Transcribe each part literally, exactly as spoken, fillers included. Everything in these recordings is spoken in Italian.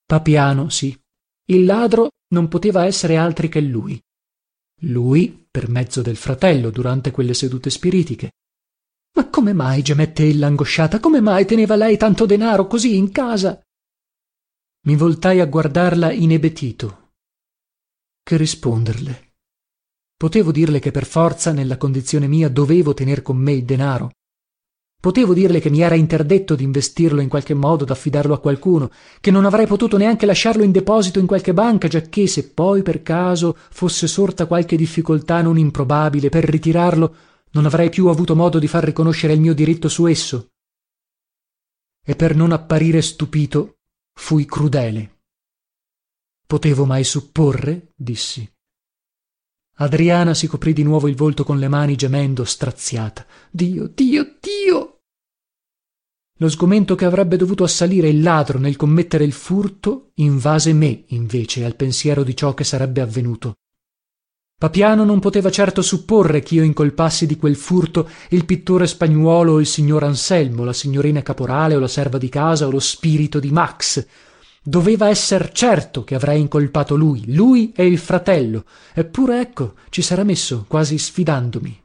Papiano, sì. Il ladro non poteva essere altri che lui. Lui, per mezzo del fratello, durante quelle sedute spiritiche. Ma come mai, gemette ella angosciata, come mai teneva lei tanto denaro così in casa? Mi voltai a guardarla inebetito. Che risponderle? Potevo dirle che per forza, nella condizione mia, dovevo tener con me il denaro? Potevo dirle che mi era interdetto d'investirlo in qualche modo, d'affidarlo a qualcuno, che non avrei potuto neanche lasciarlo in deposito in qualche banca, giacché se poi per caso fosse sorta qualche difficoltà non improbabile per ritirarlo, non avrei più avuto modo di far riconoscere il mio diritto su esso? E per non apparire stupito fui crudele. Potevo mai supporre? Dissi. Adriana si coprì di nuovo il volto con le mani, gemendo straziata. Dio, Dio, Dio! Lo sgomento che avrebbe dovuto assalire il ladro nel commettere il furto invase me, invece, al pensiero di ciò che sarebbe avvenuto. Papiano non poteva certo supporre ch'io incolpassi di quel furto il pittore spagnuolo o il signor Anselmo, la signorina caporale o la serva di casa o lo spirito di Max. Doveva esser certo che avrei incolpato lui, lui e il fratello, eppure ecco, ci s'era messo, quasi sfidandomi.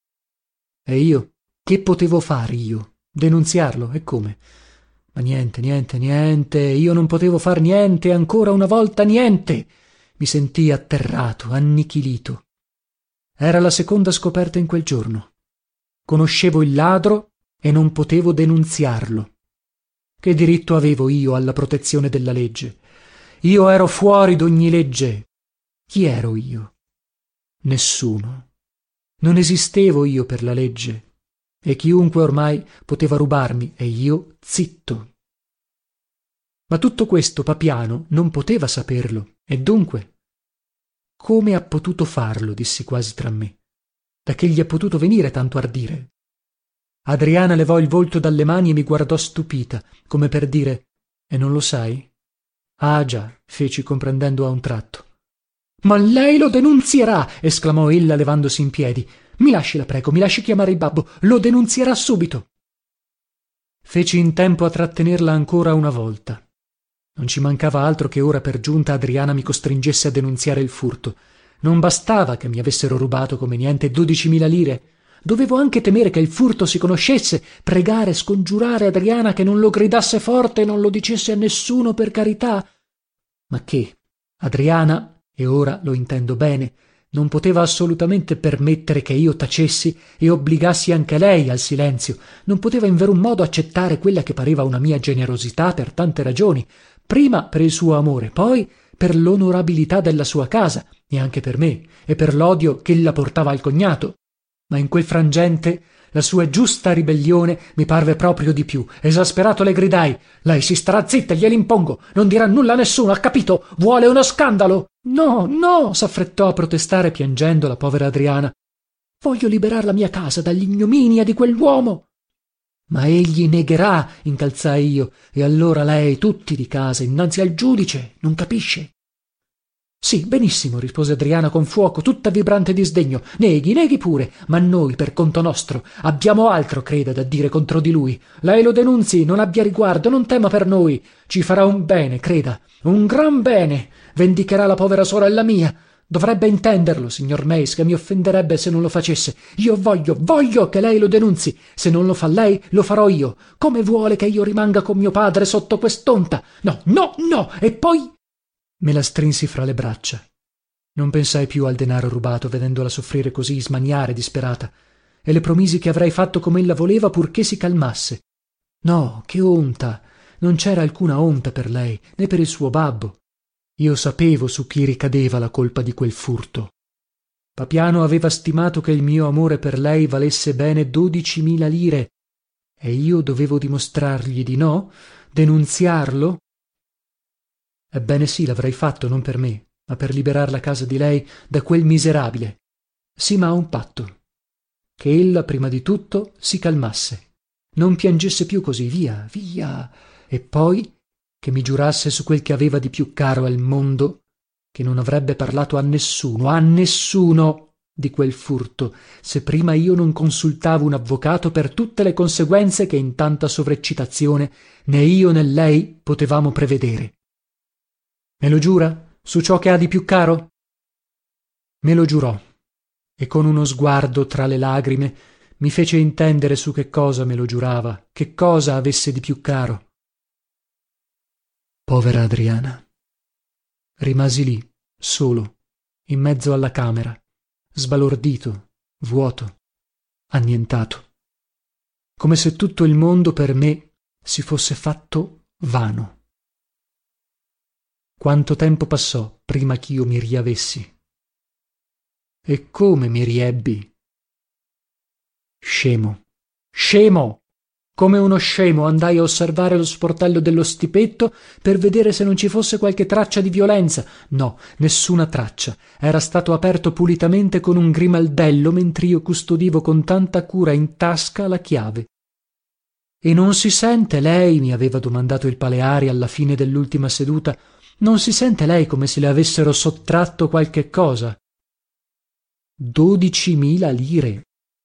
E io? Che potevo far io? Denunziarlo? E come? Ma niente, niente, niente, io non potevo far niente, ancora una volta niente. Mi sentii atterrato, annichilito. Era la seconda scoperta in quel giorno. Conoscevo il ladro e non potevo denunziarlo. Che diritto avevo io alla protezione della legge? Io ero fuori d'ogni legge. Chi ero io? Nessuno. Non esistevo io per la legge, e chiunque ormai poteva rubarmi, e io zitto. Ma tutto questo Papiano non poteva saperlo, e dunque come ha potuto farlo, dissi quasi tra me. Da che gli è potuto venire tanto ardire? Adriana levò il volto dalle mani e mi guardò stupita, come per dire: e non lo sai? Ah già, feci comprendendo a un tratto. Ma lei lo denunzierà, esclamò ella levandosi in piedi. Mi lasci, la prego, mi lasci chiamare il babbo, lo denunzierà subito. Feci in tempo a trattenerla ancora una volta. Non ci mancava altro che ora per giunta Adriana mi costringesse a denunziare il furto. Non bastava che mi avessero rubato come niente dodicimila lire. Dovevo anche temere che il furto si conoscesse, pregare, scongiurare Adriana che non lo gridasse forte e non lo dicesse a nessuno, per carità. Ma che Adriana, e ora lo intendo bene, non poteva assolutamente permettere che io tacessi e obbligassi anche lei al silenzio. Non poteva in verun modo accettare quella che pareva una mia generosità per tante ragioni, prima per il suo amore, poi per l'onorabilità della sua casa, e anche per me, e per l'odio ch'ella portava al cognato. Ma in quel frangente la sua giusta ribellione mi parve proprio di più. Esasperato le gridai: lei si starà zitta, gliel'impongo, non dirà nulla a nessuno, ha capito? Vuole uno scandalo? No, no, s'affrettò a protestare piangendo la povera Adriana. Voglio liberar la mia casa dall'ignominia di quell'uomo. Ma egli negherà, incalzai io, e allora lei, tutti di casa, innanzi al giudice, non capisce? Sì, benissimo, rispose Adriana con fuoco, tutta vibrante di sdegno. Neghi, neghi pure, ma noi, per conto nostro, abbiamo altro, creda, da dire contro di lui. Lei lo denunzi, non abbia riguardo, non tema per noi. Ci farà un bene, creda, un gran bene. Vendicherà la povera sorella mia. Dovrebbe intenderlo, signor Meis, che mi offenderebbe se non lo facesse. Io voglio, voglio che lei lo denunzi. Se non lo fa lei, lo farò io. Come vuole che io rimanga con mio padre sotto quest'onta? No, no, no, e poi... Me la strinsi fra le braccia. Non pensai più al denaro rubato, vedendola soffrire così, smaniare disperata, e le promisi che avrei fatto com'ella voleva purché si calmasse. No, che onta! Non c'era alcuna onta per lei, né per il suo babbo. Io sapevo su chi ricadeva la colpa di quel furto. Papiano aveva stimato che il mio amore per lei valesse bene dodicimila lire, e io dovevo dimostrargli di no, denunziarlo. Ebbene sì, l'avrei fatto non per me, ma per liberar la casa di lei da quel miserabile. Sì, ma a un patto: che ella prima di tutto si calmasse, non piangesse più così, via, via, e poi che mi giurasse su quel che aveva di più caro al mondo che non avrebbe parlato a nessuno, a nessuno di quel furto, se prima io non consultavo un avvocato per tutte le conseguenze che in tanta sovreccitazione né io né lei potevamo prevedere. Me lo giura? Su ciò che ha di più caro? Me lo giurò, e con uno sguardo tra le lagrime mi fece intendere su che cosa me lo giurava, che cosa avesse di più caro. Povera Adriana. Rimasi lì, solo, in mezzo alla camera, sbalordito, vuoto, annientato, come se tutto il mondo per me si fosse fatto vano. Quanto tempo passò prima ch'io mi riavessi? E come mi riebbi? Scemo, scemo! Come uno scemo andai a osservare lo sportello dello stipetto per vedere se non ci fosse qualche traccia di violenza. No, nessuna traccia. Era stato aperto pulitamente con un grimaldello mentr'io custodivo con tanta cura in tasca la chiave. E non si sente lei, mi aveva domandato il Paleari alla fine dell'ultima seduta, non si sente lei come se le avessero sottratto qualche cosa? Dodicimila lire.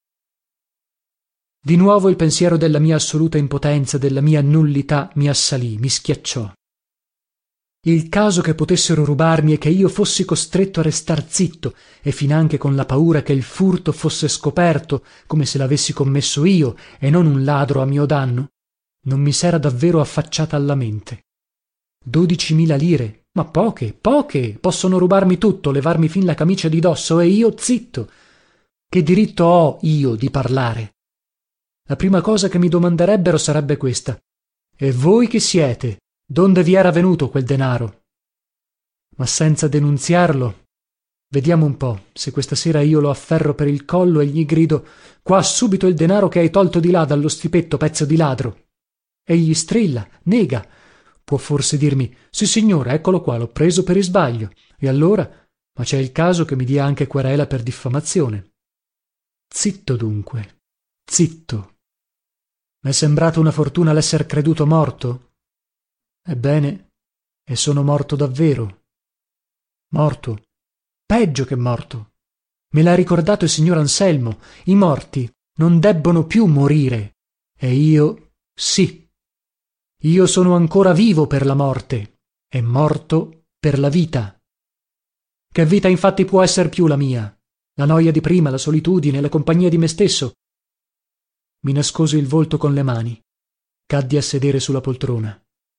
Di nuovo il pensiero della mia assoluta impotenza, della mia nullità mi assalì, mi schiacciò. Il caso che potessero rubarmi e che io fossi costretto a restar zitto, e finanche con la paura che il furto fosse scoperto, come se l'avessi commesso io e non un ladro a mio danno, non mi s'era davvero affacciata alla mente. Dodicimila lire, ma poche, poche, possono rubarmi tutto, levarmi fin la camicia di dosso, e io zitto. Che diritto ho io di parlare? La prima cosa che mi domanderebbero sarebbe questa: e voi chi siete? Donde vi era venuto quel denaro? Ma senza denunziarlo, vediamo un po', se questa sera io lo afferro per il collo e gli grido: qua subito il denaro che hai tolto di là dallo stipetto, pezzo di ladro. Egli strilla, nega. Può forse dirmi: sissignore, eccolo qua, l'ho preso per isbaglio. E allora? Ma c'è il caso che mi dia anche querela per diffamazione. Zitto dunque, zitto. M'è sembrato una fortuna l'esser creduto morto? Ebbene, e sono morto davvero. Morto, peggio che morto. Me l'ha ricordato il signor Anselmo: i morti non debbono più morire, e io sì. Io sono ancora vivo per la morte e morto per la vita. Che vita infatti può esser più la mia? La noia di prima, la solitudine, la compagnia di me stesso. Mi nascosi il volto con le mani, caddi a sedere su la poltrona.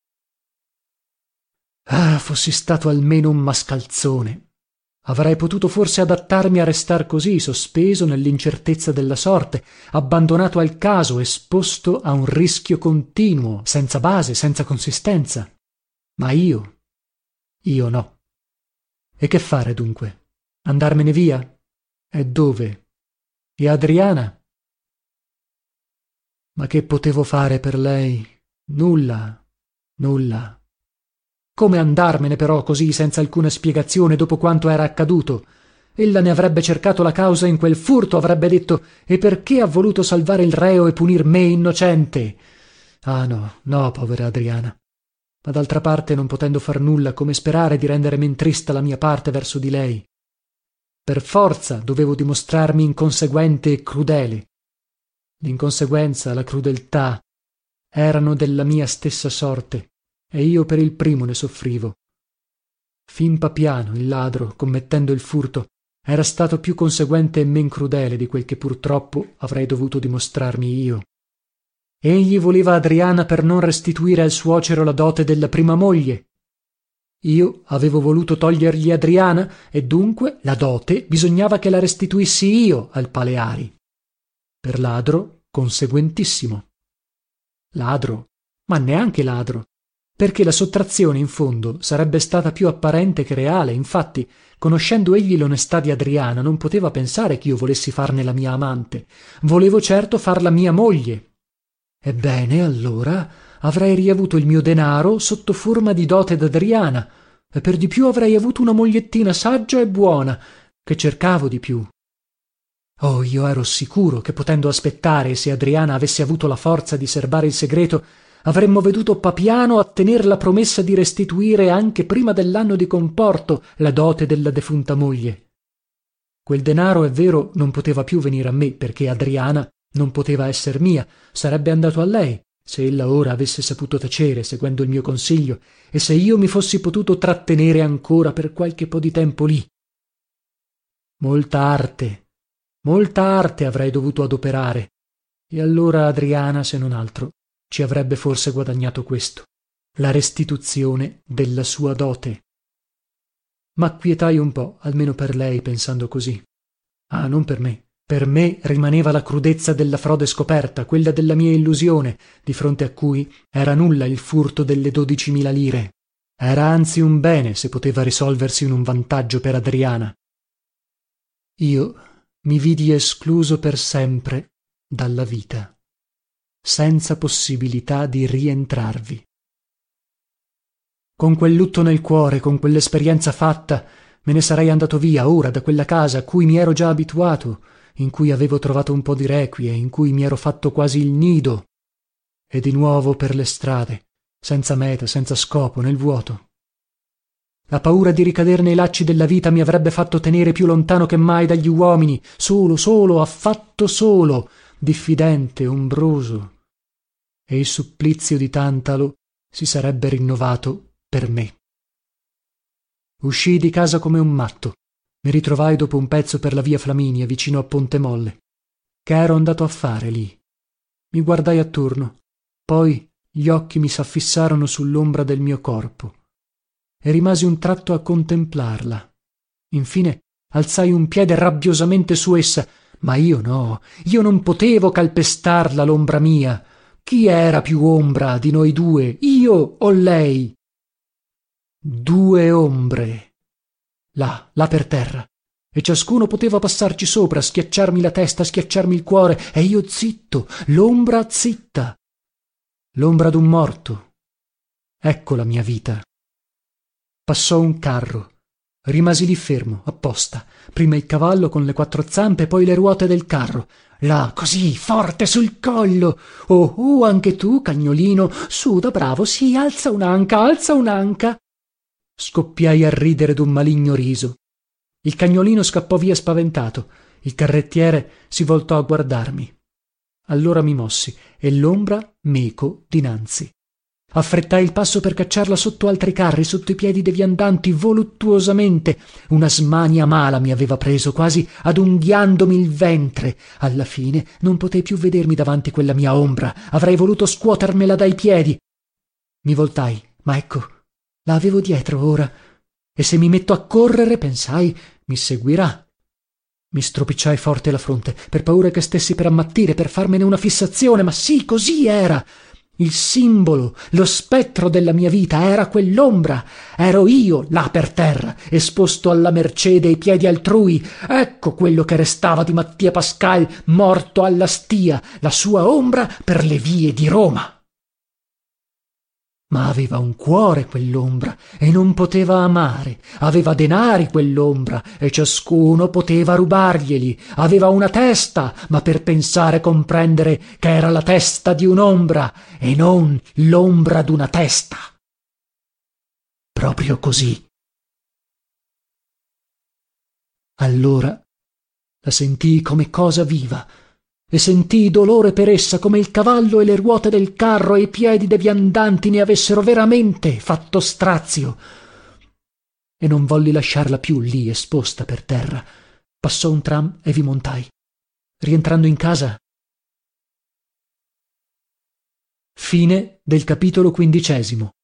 Ah, fossi stato almeno un mascalzone. Avrei potuto forse adattarmi a restar così, sospeso nell'incertezza della sorte, abbandonato al caso, esposto a un rischio continuo, senza base, senza consistenza. Ma io, io no. E che fare dunque? Andarmene via? E dove? E Adriana? Ma che potevo fare per lei? Nulla, nulla. Come andarmene però così, senza alcuna spiegazione, dopo quanto era accaduto? Ella ne avrebbe cercato la causa in quel furto, avrebbe detto: e perché ha voluto salvare il reo e punir me innocente? Ah no, no, povera Adriana. Ma d'altra parte, non potendo far nulla, come sperare di rendere men trista la mia parte verso di lei? Per forza dovevo dimostrarmi inconseguente e crudele. L'inconseguenza, la crudeltà erano della mia stessa sorte, e io per il primo ne soffrivo. Fin Papiano, il ladro, commettendo il furto, era stato più conseguente e men crudele di quel che purtroppo avrei dovuto dimostrarmi io. Egli voleva Adriana per non restituire al suocero la dote della prima moglie. Io avevo voluto togliergli Adriana, e dunque la dote bisognava che la restituissi io al Paleari. Per ladro conseguentissimo. Ladro, ma neanche ladro, perché la sottrazione in fondo sarebbe stata più apparente che reale. Infatti, conoscendo egli l'onestà di Adriana, non poteva pensare ch'io volessi farne la mia amante. Volevo certo farla mia moglie. Ebbene, allora avrei riavuto il mio denaro sotto forma di dote d'Adriana, e per di più avrei avuto una mogliettina saggia e buona. Che cercavo di più? Oh, io ero sicuro che, potendo aspettare, e se Adriana avesse avuto la forza di serbare il segreto, avremmo veduto Papiano a tener la promessa di restituire anche prima dell'anno di comporto la dote della defunta moglie. Quel denaro, è vero, non poteva più venire a me, perché Adriana non poteva esser mia, sarebbe andato a lei, se ella ora avesse saputo tacere seguendo il mio consiglio, e se io mi fossi potuto trattenere ancora per qualche po di tempo lì. Molta arte, molta arte avrei dovuto adoperare, e allora Adriana, se non altro, ci avrebbe forse guadagnato questo, la restituzione della sua dote. M'acquietai un po', almeno per lei, pensando così. Ah, non per me. Per me rimaneva la crudezza della frode scoperta, quella della mia illusione, di fronte a cui era nulla il furto delle dodicimila lire. Era anzi un bene se poteva risolversi in un vantaggio per Adriana. Io mi vidi escluso per sempre dalla vita, senza possibilità di rientrarvi. Con quel lutto nel cuore, con quell'esperienza fatta, me ne sarei andato via ora da quella casa a cui mi ero già abituato, in cui avevo trovato un po di requie, in cui mi ero fatto quasi il nido, e di nuovo per le strade, senza meta, senza scopo, nel vuoto. La paura di ricader nei lacci della vita mi avrebbe fatto tenere più lontano che mai dagli uomini, solo, solo, affatto solo, diffidente, ombroso, e il supplizio di Tantalo si sarebbe rinnovato per me. Uscii di casa come un matto. Mi ritrovai dopo un pezzo per la via Flaminia, vicino a Ponte Molle. Che ero andato a fare lì? Mi guardai attorno, poi gli occhi mi s'affissarono sull'ombra del mio corpo e rimasi un tratto a contemplarla. Infine alzai un piede rabbiosamente su essa, ma io no, io non potevo calpestarla l'ombra mia. Chi era più ombra di noi due, io o lei? Due ombre, là, là per terra, e ciascuno poteva passarci sopra, schiacciarmi la testa, schiacciarmi il cuore, e io zitto, l'ombra zitta, l'ombra d'un morto. Ecco la mia vita. Passò un carro, rimasi lì fermo, apposta, prima il cavallo con le quattro zampe, poi le ruote del carro, là, così, forte sul collo. Oh, oh, anche tu, cagnolino, su da bravo, sì, alza un'anca, alza un'anca. Scoppiai a ridere d'un maligno riso. Il cagnolino scappò via spaventato, il carrettiere si voltò a guardarmi. Allora mi mossi e l'ombra meco dinanzi. Affrettai il passo per cacciarla sotto altri carri, sotto i piedi dei viandanti, voluttuosamente. Una smania mala mi aveva preso, quasi adunghiandomi il ventre. Alla fine non potei più vedermi davanti quella mia ombra, avrei voluto scuotermela dai piedi. Mi voltai, ma ecco, la avevo dietro ora, e se mi metto a correre, pensai, mi seguirà. Mi stropicciai forte la fronte, per paura che stessi per ammattire, per farmene una fissazione, ma sì, così era. Il simbolo, lo spettro della mia vita era quell'ombra, ero io là per terra, esposto alla mercé dei piedi altrui. Ecco quello che restava di Mattia Pascal, morto alla stìa, la sua ombra per le vie di Roma. Ma aveva un cuore quell'ombra e non poteva amare, aveva denari quell'ombra e ciascuno poteva rubarglieli, aveva una testa, ma per pensare comprendere che era la testa di un'ombra e non l'ombra d'una testa. Proprio così. Allora la sentii come cosa viva e sentii dolore per essa, come il cavallo e le ruote del carro e i piedi dei viandanti ne avessero veramente fatto strazio. E non volli lasciarla più lì esposta per terra. Passò un tram e vi montai. Rientrando in casa. Fine del capitolo quindicesimo.